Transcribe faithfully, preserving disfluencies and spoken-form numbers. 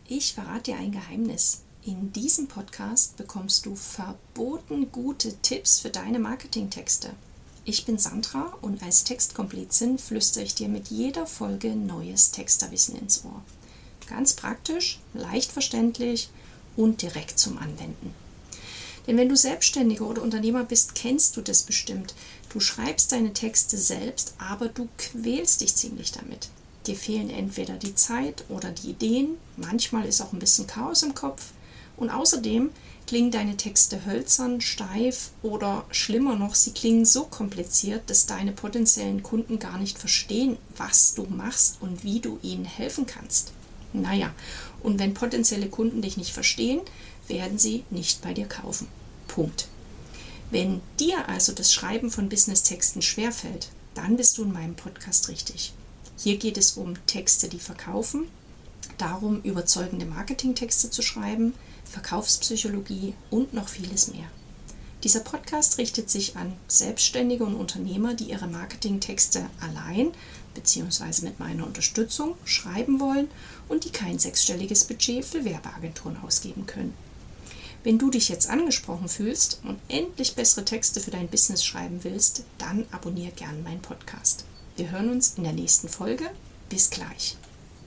Ich verrate dir ein Geheimnis. In diesem Podcast bekommst du verboten gute Tipps für deine Marketingtexte. Ich bin Sandra und als Textkomplizin flüstere ich dir mit jeder Folge neues Texterwissen ins Ohr. Ganz praktisch, leicht verständlich und direkt zum Anwenden. Denn wenn du Selbstständiger oder Unternehmer bist, kennst du das bestimmt. Du schreibst deine Texte selbst, aber du quälst dich ziemlich damit. Dir fehlen entweder die Zeit oder die Ideen, manchmal ist auch ein bisschen Chaos im Kopf und außerdem klingen deine Texte hölzern, steif oder schlimmer noch, sie klingen so kompliziert, dass deine potenziellen Kunden gar nicht verstehen, was du machst und wie du ihnen helfen kannst. Naja, und wenn potenzielle Kunden dich nicht verstehen, werden sie nicht bei dir kaufen. Punkt. Wenn dir also das Schreiben von Business-Texten schwerfällt, dann bist du in meinem Podcast richtig. Hier geht es um Texte, die verkaufen, darum, überzeugende Marketingtexte zu schreiben, Verkaufspsychologie und noch vieles mehr. Dieser Podcast richtet sich an Selbstständige und Unternehmer, die ihre Marketingtexte allein bzw. mit meiner Unterstützung schreiben wollen und die kein sechsstelliges Budget für Werbeagenturen ausgeben können. Wenn du dich jetzt angesprochen fühlst und endlich bessere Texte für dein Business schreiben willst, dann abonniere gerne meinen Podcast. Wir hören uns in der nächsten Folge. Bis gleich.